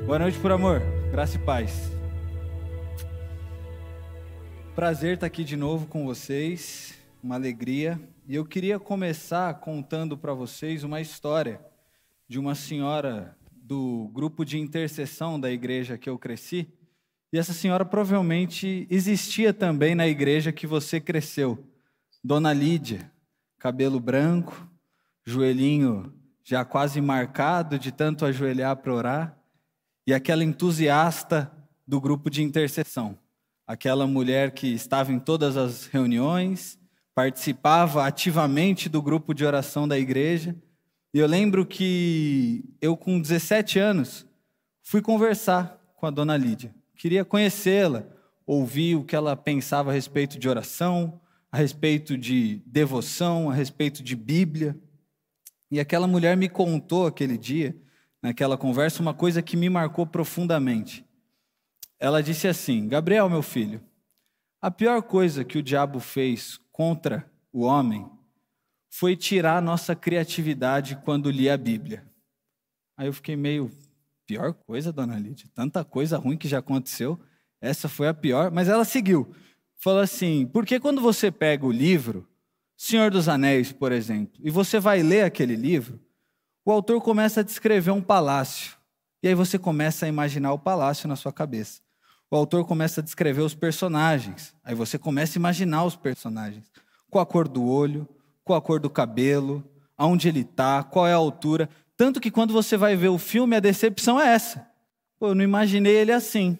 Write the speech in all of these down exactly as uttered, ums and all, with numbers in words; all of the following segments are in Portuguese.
Boa noite, por amor. Graça e paz. Prazer estar aqui de novo com vocês, uma alegria. E eu queria começar contando para vocês uma história de uma senhora do grupo de intercessão da igreja que eu cresci. E essa senhora provavelmente existia também na igreja que você cresceu. Dona Lídia, cabelo branco, joelhinho já quase marcado de tanto ajoelhar para orar. E aquela entusiasta do grupo de intercessão, aquela mulher que estava em todas as reuniões, participava ativamente do grupo de oração da igreja. E eu lembro que eu, com dezessete anos, fui conversar com a dona Lídia. Queria conhecê-la, ouvir o que ela pensava a respeito de oração, a respeito de devoção, a respeito de Bíblia. E aquela mulher me contou aquele dia, naquela conversa, uma coisa que me marcou profundamente. Ela disse assim: Gabriel, meu filho, a pior coisa que o diabo fez contra o homem foi tirar a nossa criatividade quando lia a Bíblia. Aí eu fiquei meio, pior coisa, dona Lídia? Tanta coisa ruim que já aconteceu, essa foi a pior. Mas ela seguiu, falou assim: porque quando você pega o livro, Senhor dos Anéis, por exemplo, e você vai ler aquele livro, o autor começa a descrever um palácio. E aí você começa a imaginar o palácio na sua cabeça. O autor começa a descrever os personagens. Aí você começa a imaginar os personagens. Com a cor do olho, com a cor do cabelo, aonde ele está, qual é a altura. Tanto que quando você vai ver o filme, a decepção é essa. Pô, eu não imaginei ele assim.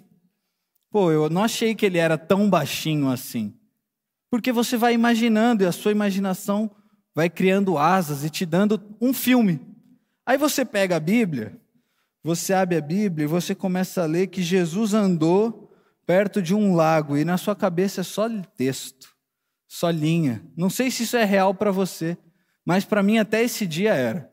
Pô, eu não achei que ele era tão baixinho assim. Porque você vai imaginando e a sua imaginação vai criando asas e te dando um filme. Aí você pega a Bíblia, você abre a Bíblia e você começa a ler que Jesus andou perto de um lago e na sua cabeça é só texto, só linha. Não sei se isso é real para você, mas para mim até esse dia era.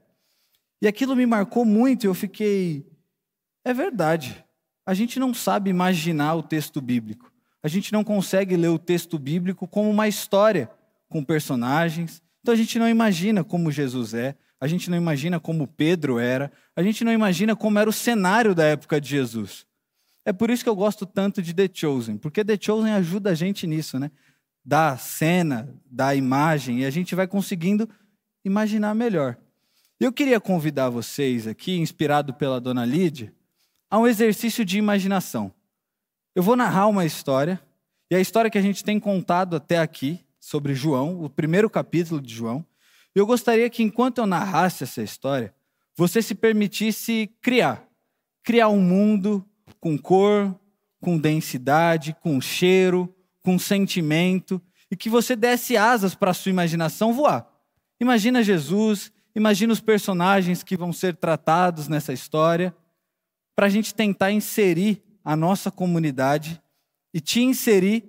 E aquilo me marcou muito e eu fiquei, é verdade, a gente não sabe imaginar o texto bíblico. A gente não consegue ler o texto bíblico como uma história com personagens. Então a gente não imagina como Jesus é. A gente não imagina como Pedro era, a gente não imagina como era o cenário da época de Jesus. É por isso que eu gosto tanto de The Chosen, porque The Chosen ajuda a gente nisso, né? Da cena, da imagem, e a gente vai conseguindo imaginar melhor. Eu queria convidar vocês aqui, inspirado pela dona Lídia, a um exercício de imaginação. Eu vou narrar uma história, e a história que a gente tem contado até aqui, sobre João, o primeiro capítulo de João. Eu gostaria que, enquanto eu narrasse essa história, você se permitisse criar. Criar um mundo com cor, com densidade, com cheiro, com sentimento, e que você desse asas para a sua imaginação voar. Imagina Jesus, imagina os personagens que vão ser tratados nessa história, para a gente tentar inserir a nossa comunidade e te inserir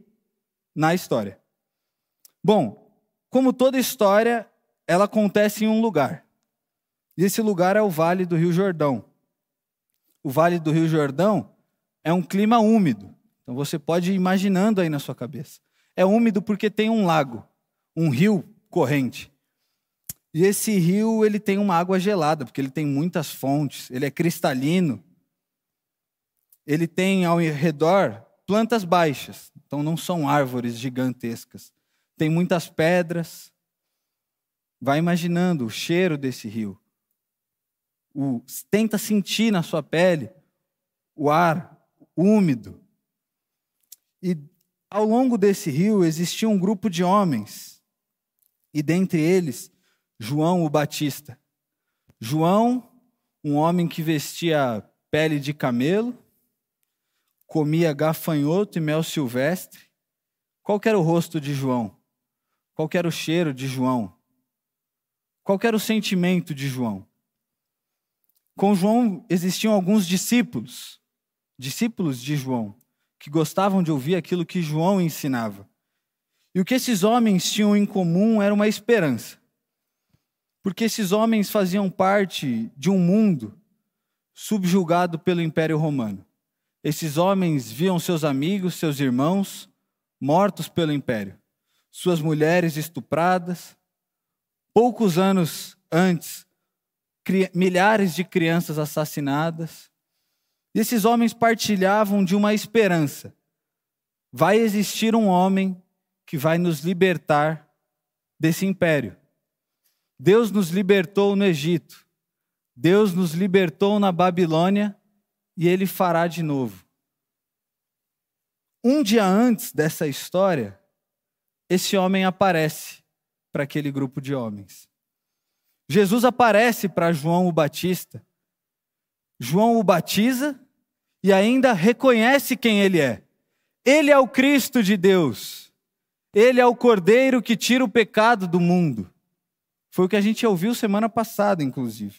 na história. Bom, como toda história, ela acontece em um lugar. E esse lugar é o Vale do Rio Jordão. O Vale do Rio Jordão é um clima úmido. Então você pode ir imaginando aí na sua cabeça. É úmido porque tem um lago, um rio corrente. E esse rio, ele tem uma água gelada, porque ele tem muitas fontes, ele é cristalino. Ele tem ao redor plantas baixas, então não são árvores gigantescas. Tem muitas pedras. Vai imaginando o cheiro desse rio. O, tenta sentir na sua pele o ar úmido. E ao longo desse rio existia um grupo de homens. E dentre eles, João o Batista. João, um homem que vestia pele de camelo, comia gafanhoto e mel silvestre. Qual que era o rosto de João? Qual que era o cheiro de João? Qual que era o sentimento de João? Com João existiam alguns discípulos, discípulos de João, que gostavam de ouvir aquilo que João ensinava. E o que esses homens tinham em comum era uma esperança. Porque esses homens faziam parte de um mundo subjugado pelo Império Romano. Esses homens viam seus amigos, seus irmãos, mortos pelo Império. Suas mulheres estupradas. Poucos anos antes, milhares de crianças assassinadas. E esses homens partilhavam de uma esperança. Vai existir um homem que vai nos libertar desse império. Deus nos libertou no Egito. Deus nos libertou na Babilônia e Ele fará de novo. Um dia antes dessa história, esse homem aparece para aquele grupo de homens. Jesus aparece para João o Batista. João o batiza e ainda reconhece quem ele é. Ele é o Cristo de Deus. Ele é o Cordeiro que tira o pecado do mundo. Foi o que a gente ouviu semana passada, inclusive.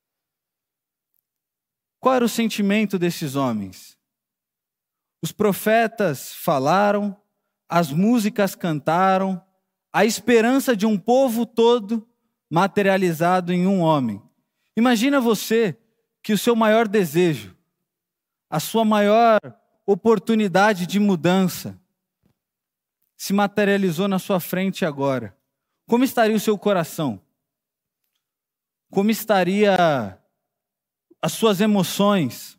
Qual era o sentimento desses homens? Os profetas falaram, as músicas cantaram, a esperança de um povo todo materializado em um homem. Imagina você que o seu maior desejo, a sua maior oportunidade de mudança, se materializou na sua frente agora. Como estaria o seu coração? Como estaria as suas emoções?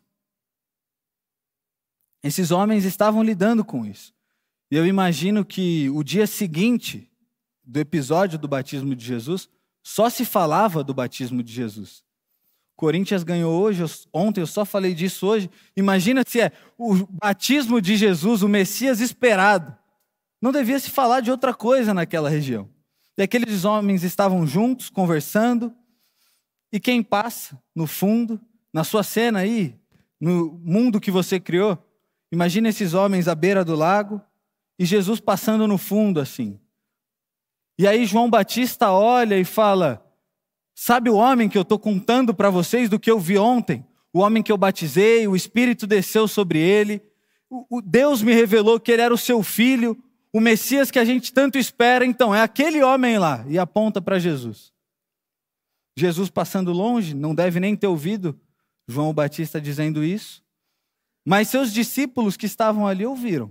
Esses homens estavam lidando com isso. E eu imagino que o dia seguinte do episódio do batismo de Jesus, só se falava do batismo de Jesus. Corinthians ganhou hoje, ontem eu só falei disso hoje. Imagina se é o batismo de Jesus, o Messias esperado. Não devia se falar de outra coisa naquela região. E aqueles homens estavam juntos, conversando, e quem passa no fundo, na sua cena aí, no mundo que você criou, imagina esses homens à beira do lago, e Jesus passando no fundo assim. E aí João Batista olha e fala, sabe o homem que eu estou contando para vocês do que eu vi ontem? O homem que eu batizei, o Espírito desceu sobre ele, o, o Deus me revelou que ele era o seu filho, o Messias que a gente tanto espera, então é aquele homem lá, e aponta para Jesus. Jesus passando longe, não deve nem ter ouvido João Batista dizendo isso, mas seus discípulos que estavam ali ouviram.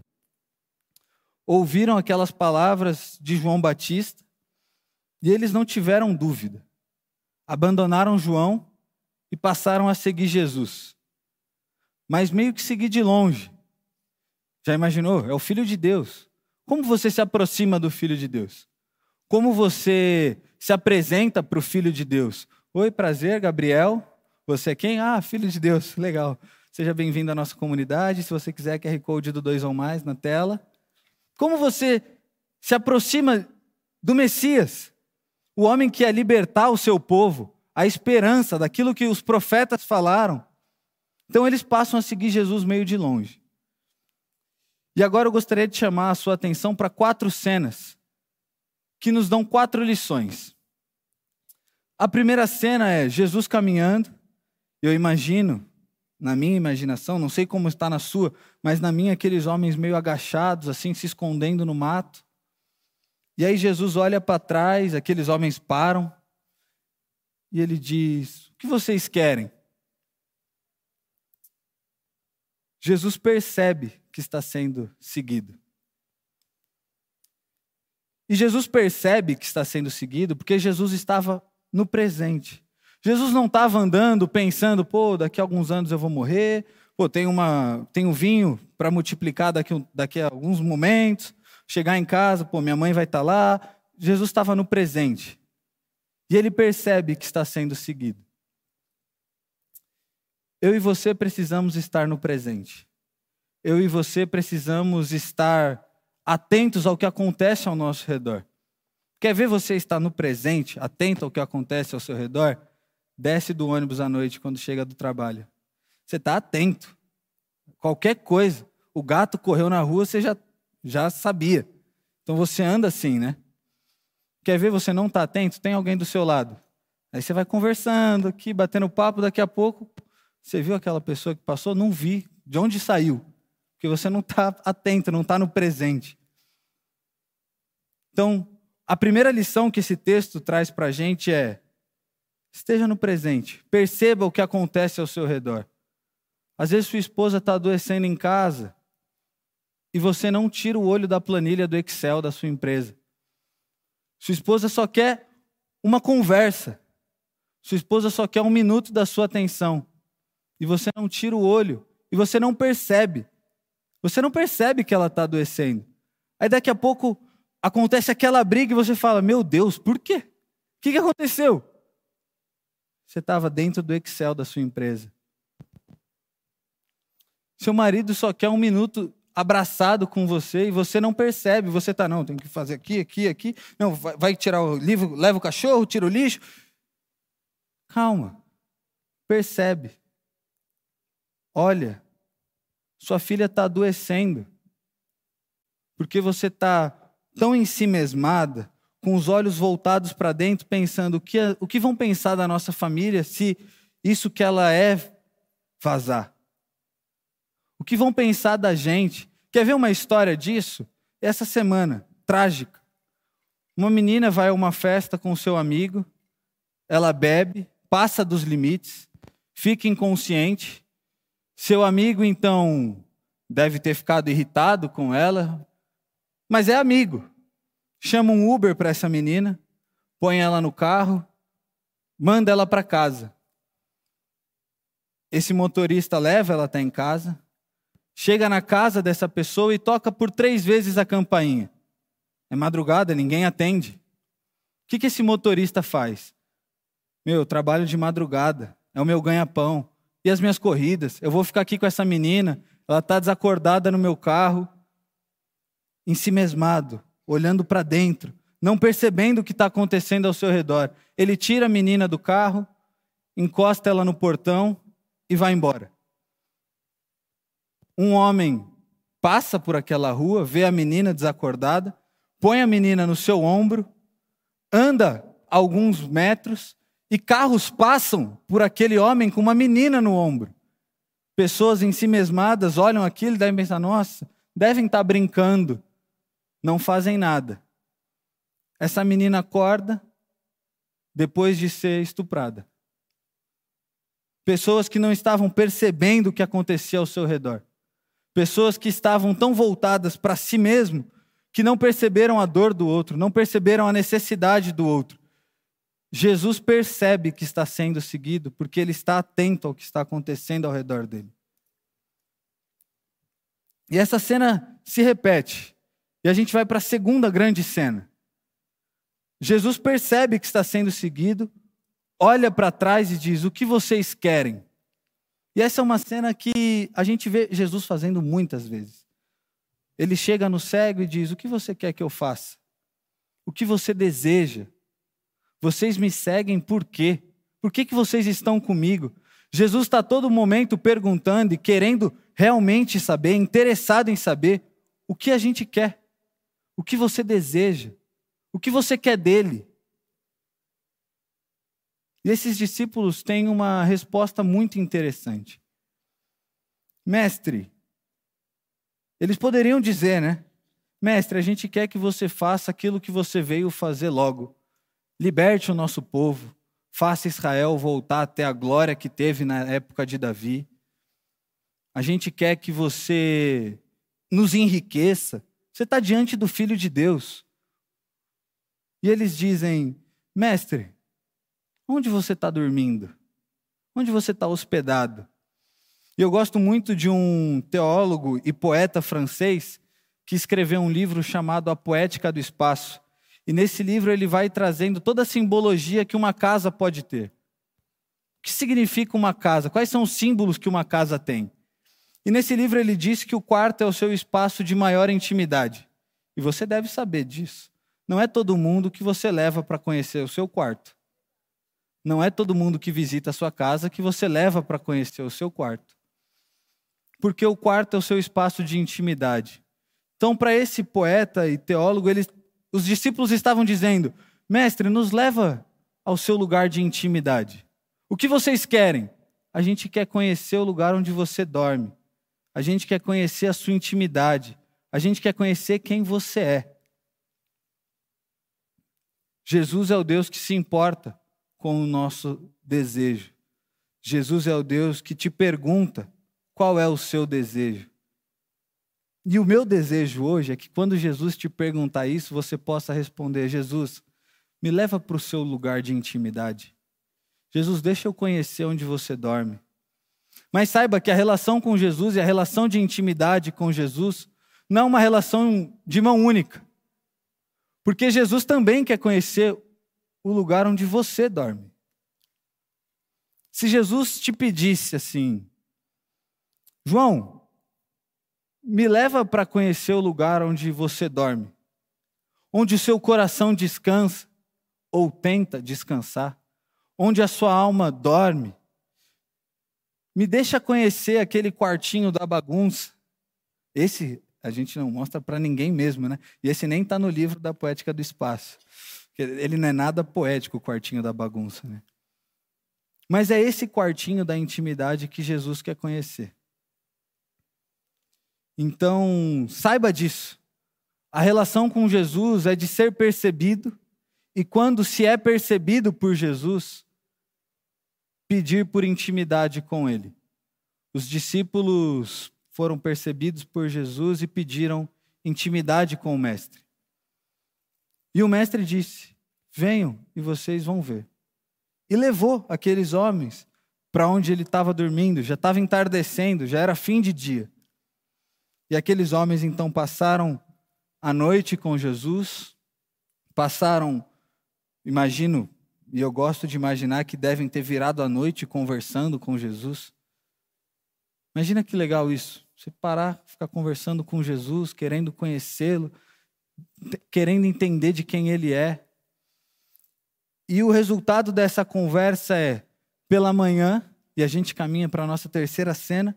Ouviram aquelas palavras de João Batista e eles não tiveram dúvida. Abandonaram João e passaram a seguir Jesus. Mas meio que seguir de longe. Já imaginou? É o Filho de Deus. Como você se aproxima do Filho de Deus? Como você se apresenta para o Filho de Deus? Oi, prazer, Gabriel. Você é quem? Ah, Filho de Deus. Legal. Seja bem-vindo à nossa comunidade. Se você quiser, Q R Code do dois ou mais na tela. Como você se aproxima do Messias? O homem que ia libertar o seu povo, a esperança daquilo que os profetas falaram. Então eles passam a seguir Jesus meio de longe. E agora eu gostaria de chamar a sua atenção para quatro cenas que nos dão quatro lições. A primeira cena é Jesus caminhando. Eu imagino, na minha imaginação, não sei como está na sua, mas na minha aqueles homens meio agachados, assim, se escondendo no mato. E aí Jesus olha para trás, aqueles homens param, e ele diz, o que vocês querem? Jesus percebe que está sendo seguido. E Jesus percebe que está sendo seguido porque Jesus estava no presente. Jesus não estava andando pensando, pô, daqui a alguns anos eu vou morrer, pô, tem, uma, tem um vinho para multiplicar daqui, daqui a alguns momentos, chegar em casa, pô, minha mãe vai estar lá. Jesus estava no presente. E ele percebe que está sendo seguido. Eu e você precisamos estar no presente. Eu e você precisamos estar atentos ao que acontece ao nosso redor. Quer ver você estar no presente, atento ao que acontece ao seu redor? Desce do ônibus à noite quando chega do trabalho. Você está atento. Qualquer coisa. O gato correu na rua, você já, já sabia. Então você anda assim, né? Quer ver você não está atento? Tem alguém do seu lado. Aí você vai conversando aqui, batendo papo, daqui a pouco, você viu aquela pessoa que passou? Não vi. De onde saiu? Porque você não está atento, não está no presente. Então, a primeira lição que esse texto traz para a gente é: esteja no presente, perceba o que acontece ao seu redor. Às vezes sua esposa está adoecendo em casa e você não tira o olho da planilha do Excel da sua empresa. Sua esposa só quer uma conversa. Sua esposa só quer um minuto da sua atenção. E você não tira o olho e você não percebe. Você não percebe que ela está adoecendo. Aí daqui a pouco acontece aquela briga e você fala, meu Deus, por quê? O que, que aconteceu? Você estava dentro do Excel da sua empresa. Seu marido só quer um minuto abraçado com você e você não percebe. Você está, não, tem que fazer aqui, aqui, aqui. Não, vai, vai tirar o livro, leva o cachorro, tira o lixo. Calma. Percebe. Olha, sua filha está adoecendo. Porque você está tão ensimesmada, com os olhos voltados para dentro, pensando o que, o que vão pensar da nossa família se isso que ela é vazar. O que vão pensar da gente? Quer ver uma história disso? Essa semana, trágica. Uma menina vai a uma festa com o seu amigo, ela bebe, passa dos limites, fica inconsciente. Seu amigo, então, deve ter ficado irritado com ela, mas é amigo. Chama um Uber para essa menina, põe ela no carro, manda ela para casa. Esse motorista leva ela até em casa, chega na casa dessa pessoa e toca por três vezes a campainha. É madrugada, ninguém atende. O que, que esse motorista faz? Meu, eu trabalho de madrugada, é o meu ganha-pão. E as minhas corridas? Eu vou ficar aqui com essa menina, ela está desacordada no meu carro, ensimesmado, olhando para dentro, não percebendo o que está acontecendo ao seu redor. Ele tira a menina do carro, encosta ela no portão e vai embora. Um homem passa por aquela rua, vê a menina desacordada, põe a menina no seu ombro, anda alguns metros e carros passam por aquele homem com uma menina no ombro. Pessoas ensimesmadas olham aquilo e devem pensar, nossa, devem estar brincando. Não fazem nada. Essa menina acorda depois de ser estuprada. Pessoas que não estavam percebendo o que acontecia ao seu redor. Pessoas que estavam tão voltadas para si mesmo que não perceberam a dor do outro, não perceberam a necessidade do outro. Jesus percebe que está sendo seguido porque ele está atento ao que está acontecendo ao redor dele. E essa cena se repete. E a gente vai para a segunda grande cena. Jesus percebe que está sendo seguido, olha para trás e diz, o que vocês querem? E essa é uma cena que a gente vê Jesus fazendo muitas vezes. Ele chega no cego e diz, o que você quer que eu faça? O que você deseja? Vocês me seguem por quê? Por que que vocês estão comigo? Jesus está a todo momento perguntando e querendo realmente saber, interessado em saber o que a gente quer. O que você deseja? O que você quer dele? E esses discípulos têm uma resposta muito interessante. Mestre, eles poderiam dizer, né? Mestre, a gente quer que você faça aquilo que você veio fazer logo. Liberte o nosso povo, faça Israel voltar até a glória que teve na época de Davi. A gente quer que você nos enriqueça. Você está diante do Filho de Deus. E eles dizem, mestre, onde você está dormindo? Onde você está hospedado? E eu gosto muito de um teólogo e poeta francês que escreveu um livro chamado A Poética do Espaço. E nesse livro ele vai trazendo toda a simbologia que uma casa pode ter. O que significa uma casa? Quais são os símbolos que uma casa tem? E nesse livro ele diz que o quarto é o seu espaço de maior intimidade. E você deve saber disso. Não é todo mundo que você leva para conhecer o seu quarto. Não é todo mundo que visita a sua casa que você leva para conhecer o seu quarto. Porque o quarto é o seu espaço de intimidade. Então, para esse poeta e teólogo, eles, os discípulos estavam dizendo, mestre, nos leva ao seu lugar de intimidade. O que vocês querem? A gente quer conhecer o lugar onde você dorme. A gente quer conhecer a sua intimidade. A gente quer conhecer quem você é. Jesus é o Deus que se importa com o nosso desejo. Jesus é o Deus que te pergunta qual é o seu desejo. E o meu desejo hoje é que quando Jesus te perguntar isso, você possa responder, Jesus, me leva para o seu lugar de intimidade. Jesus, deixa eu conhecer onde você dorme. Mas saiba que a relação com Jesus e a relação de intimidade com Jesus não é uma relação de mão única. Porque Jesus também quer conhecer o lugar onde você dorme. Se Jesus te pedisse assim, João, me leva para conhecer o lugar onde você dorme, onde o seu coração descansa, ou tenta descansar, onde a sua alma dorme, me deixa conhecer aquele quartinho da bagunça. Esse a gente não mostra para ninguém mesmo, né? E esse nem está no livro da Poética do Espaço. Ele não é nada poético, o quartinho da bagunça, né? Mas é esse quartinho da intimidade que Jesus quer conhecer. Então, saiba disso. A relação com Jesus é de ser percebido, e quando se é percebido por Jesus, pedir por intimidade com Ele. Os discípulos foram percebidos por Jesus e pediram intimidade com o Mestre. E o Mestre disse, venham e vocês vão ver. E levou aqueles homens para onde ele estava dormindo, já estava entardecendo, já era fim de dia. E aqueles homens então passaram a noite com Jesus, passaram, imagino, e eu gosto de imaginar que devem ter virado a noite conversando com Jesus. Imagina que legal isso, você parar, ficar conversando com Jesus, querendo conhecê-lo, querendo entender de quem ele é. E o resultado dessa conversa é, pela manhã, e a gente caminha para a nossa terceira cena,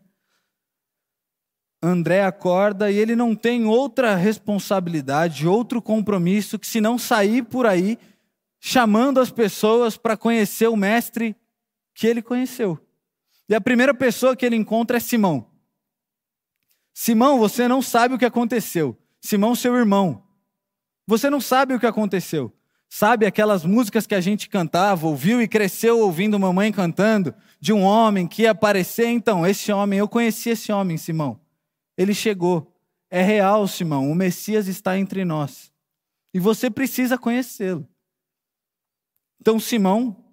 André acorda e ele não tem outra responsabilidade, outro compromisso que se não sair por aí chamando as pessoas para conhecer o Mestre que ele conheceu. E a primeira pessoa que ele encontra é Simão. Simão, você não sabe o que aconteceu. Simão, seu irmão. Você não sabe o que aconteceu. Sabe aquelas músicas que a gente cantava, ouviu e cresceu ouvindo mamãe cantando, de um homem que ia aparecer? Então, esse homem, eu conheci esse homem, Simão. Ele chegou. É real, Simão, o Messias está entre nós. E você precisa conhecê-lo. Então, Simão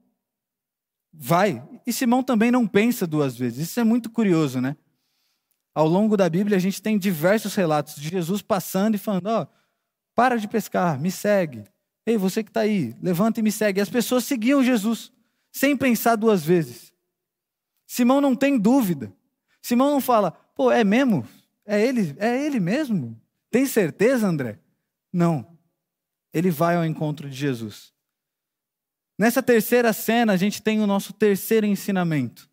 vai. E Simão também não pensa duas vezes. Isso é muito curioso, né? Ao longo da Bíblia, a gente tem diversos relatos de Jesus passando e falando, ó, oh, para de pescar, me segue. Ei, você que está aí, levanta e me segue. E as pessoas seguiam Jesus, sem pensar duas vezes. Simão não tem dúvida. Simão não fala, pô, é mesmo? É ele, é ele mesmo? Tem certeza, André? Não. Ele vai ao encontro de Jesus. Nessa terceira cena, a gente tem o nosso terceiro ensinamento.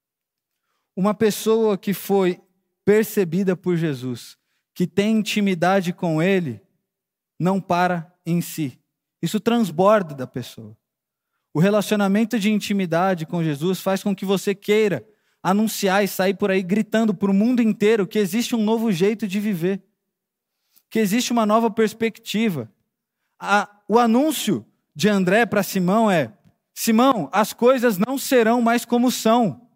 Uma pessoa que foi percebida por Jesus, que tem intimidade com ele, não para em si. Isso transborda da pessoa. O relacionamento de intimidade com Jesus faz com que você queira anunciar e sair por aí gritando para o mundo inteiro que existe um novo jeito de viver, que existe uma nova perspectiva. A, o anúncio de André para Simão é, Simão, as coisas não serão mais como são.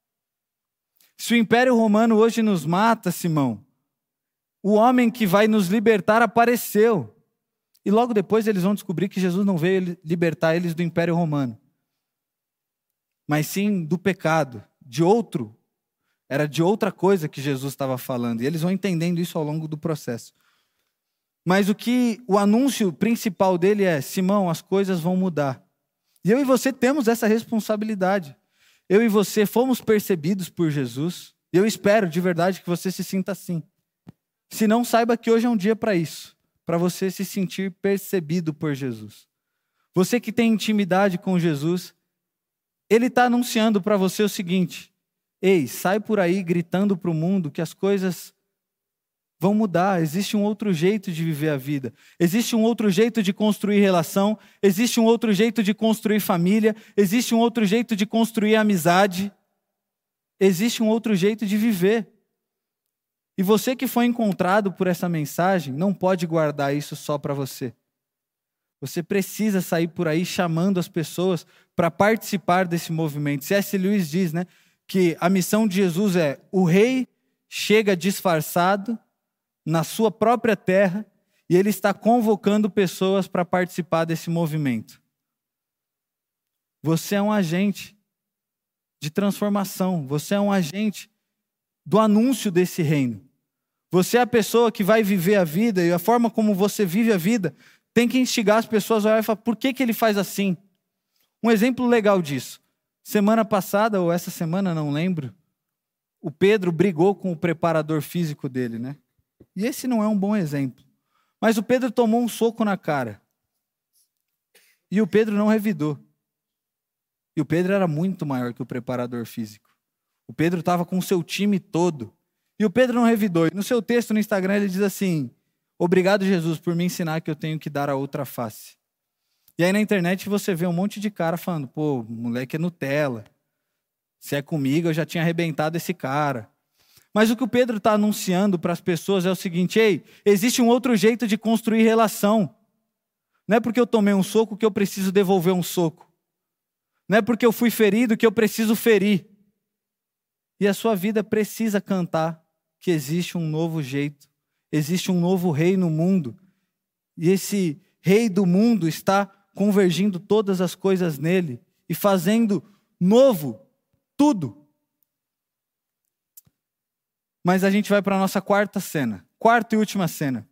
Se o Império Romano hoje nos mata, Simão, o homem que vai nos libertar apareceu. E logo depois eles vão descobrir que Jesus não veio libertar eles do Império Romano, mas sim do pecado, de outro, era de outra coisa que Jesus estava falando. E eles vão entendendo isso ao longo do processo. Mas o que o anúncio principal dele é, Simão, as coisas vão mudar. E eu e você temos essa responsabilidade. Eu e você fomos percebidos por Jesus. E eu espero de verdade que você se sinta assim. Se não, saiba que hoje é um dia para isso. Para você se sentir percebido por Jesus. Você que tem intimidade com Jesus, ele está anunciando para você o seguinte, ei, sai por aí gritando para o mundo que as coisas vão mudar, existe um outro jeito de viver a vida, existe um outro jeito de construir relação, existe um outro jeito de construir família, existe um outro jeito de construir amizade, existe um outro jeito de viver. E você que foi encontrado por essa mensagem, não pode guardar isso só para você. Você precisa sair por aí chamando as pessoas para participar desse movimento. C S Lewis diz, né, que a missão de Jesus é o rei chega disfarçado na sua própria terra e ele está convocando pessoas para participar desse movimento. Você é um agente. de transformação. Você é um agente do anúncio desse reino. Você é a pessoa que vai viver a vida, e a forma como você vive a vida tem que instigar as pessoas a olhar e falar, por que que ele faz assim? Um exemplo legal disso. Semana passada, ou essa semana, não lembro, o Pedro brigou com o preparador físico dele, né? E esse não é um bom exemplo. Mas o Pedro tomou um soco na cara. E o Pedro não revidou. E o Pedro era muito maior que o preparador físico. O Pedro estava com o seu time todo. E o Pedro não revidou. E no seu texto no Instagram ele diz assim, obrigado Jesus por me ensinar que eu tenho que dar a outra face. E aí na internet você vê um monte de cara falando, pô, moleque é Nutella. Se é comigo eu já tinha arrebentado esse cara. Mas o que o Pedro está anunciando para as pessoas é o seguinte, ei, existe um outro jeito de construir relação. Não é porque eu tomei um soco que eu preciso devolver um soco. Não é porque eu fui ferido que eu preciso ferir. E a sua vida precisa cantar que existe um novo jeito, existe um novo rei no mundo. E esse rei do mundo está convergindo todas as coisas nele e fazendo novo tudo. Mas a gente vai para a nossa quarta cena, quarta e última cena.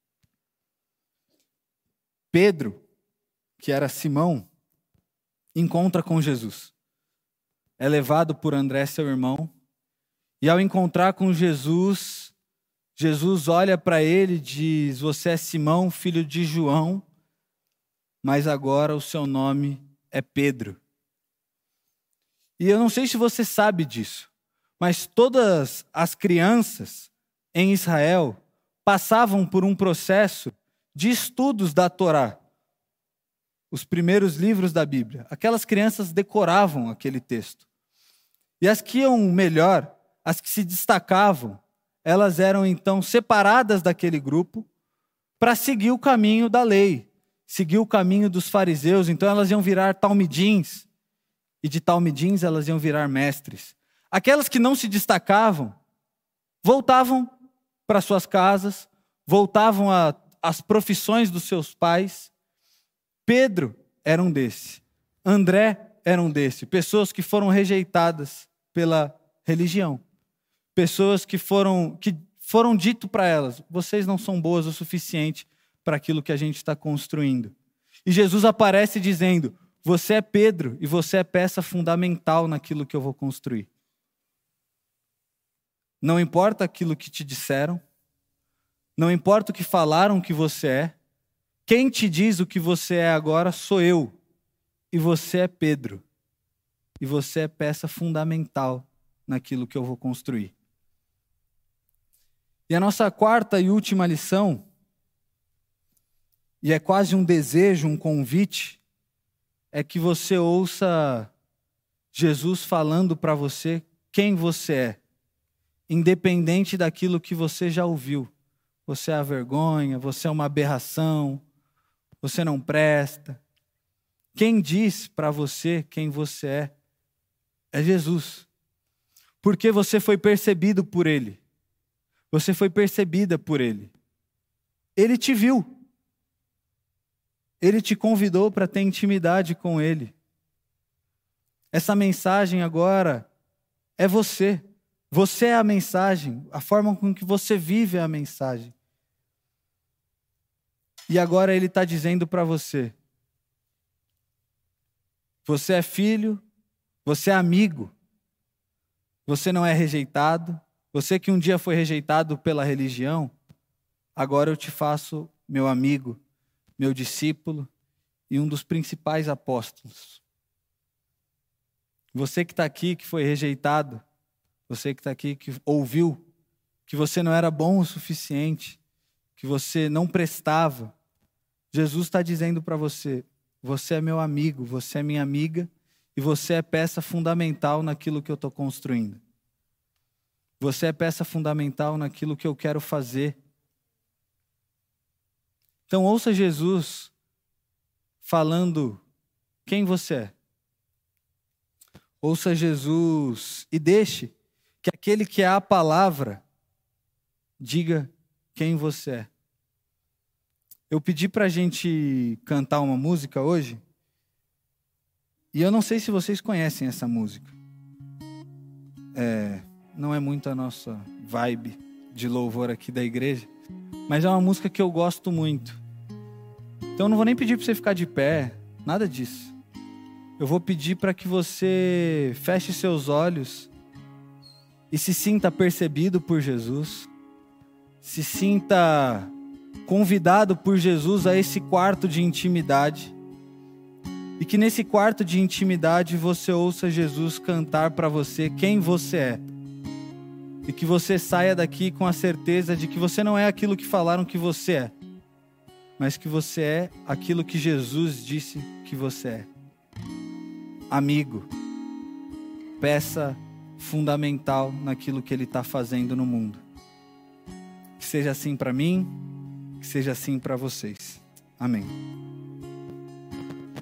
Pedro, que era Simão, encontra com Jesus. É levado por André, seu irmão, e ao encontrar com Jesus, Jesus olha para ele e diz, você é Simão, filho de João, mas agora o seu nome é Pedro. E eu não sei se você sabe disso, mas todas as crianças em Israel passavam por um processo de estudos da Torá, os primeiros livros da Bíblia. Aquelas crianças decoravam aquele texto. E as que iam melhor, as que se destacavam, elas eram então separadas daquele grupo para seguir o caminho da lei, seguir o caminho dos fariseus. Então elas iam virar talmidins, e de talmidins elas iam virar mestres. Aquelas que não se destacavam, voltavam para suas casas, voltavam às profissões dos seus pais. Pedro era um desse. André era um desse. Pessoas que foram rejeitadas pela religião. Pessoas que foram, que foram dito para elas, vocês não são boas o suficiente para aquilo que a gente está construindo. E Jesus aparece dizendo, você é Pedro e você é peça fundamental naquilo que eu vou construir. Não importa aquilo que te disseram, não importa o que falaram que você é, quem te diz o que você é agora sou eu, e você é Pedro, e você é peça fundamental naquilo que eu vou construir. E a nossa quarta e última lição, e é quase um desejo, um convite, é que você ouça Jesus falando para você quem você é, independente daquilo que você já ouviu. Você é a vergonha, você é uma aberração, você não presta. Quem diz para você quem você é, é Jesus. Porque você foi percebido por Ele. Você foi percebida por Ele. Ele te viu. Ele te convidou para ter intimidade com Ele. Essa mensagem agora é você. Você é a mensagem. A forma com que você vive é a mensagem. E agora Ele está dizendo para você, você é filho, você é amigo, você não é rejeitado, você que um dia foi rejeitado pela religião, agora eu te faço meu amigo, meu discípulo e um dos principais apóstolos. Você que está aqui, que foi rejeitado, você que está aqui, que ouviu que você não era bom o suficiente, que você não prestava, Jesus está dizendo para você, você é meu amigo, você é minha amiga e você é peça fundamental naquilo que eu estou construindo. Você é peça fundamental naquilo que eu quero fazer. Então ouça Jesus falando quem você é. Ouça Jesus e deixe que aquele que é a palavra diga quem você é. Eu pedi para a gente cantar uma música hoje, e eu não sei se vocês conhecem essa música. é, não é muito a nossa vibe de louvor aqui da igreja, mas é uma música que eu gosto muito. Então eu não vou nem pedir para você ficar de pé, nada disso. Eu vou pedir para que você feche seus olhos e se sinta percebido por Jesus, se sinta convidado por Jesus a esse quarto de intimidade, e que nesse quarto de intimidade você ouça Jesus cantar para você quem você é, e que você saia daqui com a certeza de que você não é aquilo que falaram que você é, mas que você é aquilo que Jesus disse que você é. Amigo, peça fundamental naquilo que Ele está fazendo no mundo. Que seja assim para mim, que seja assim para vocês. Amém.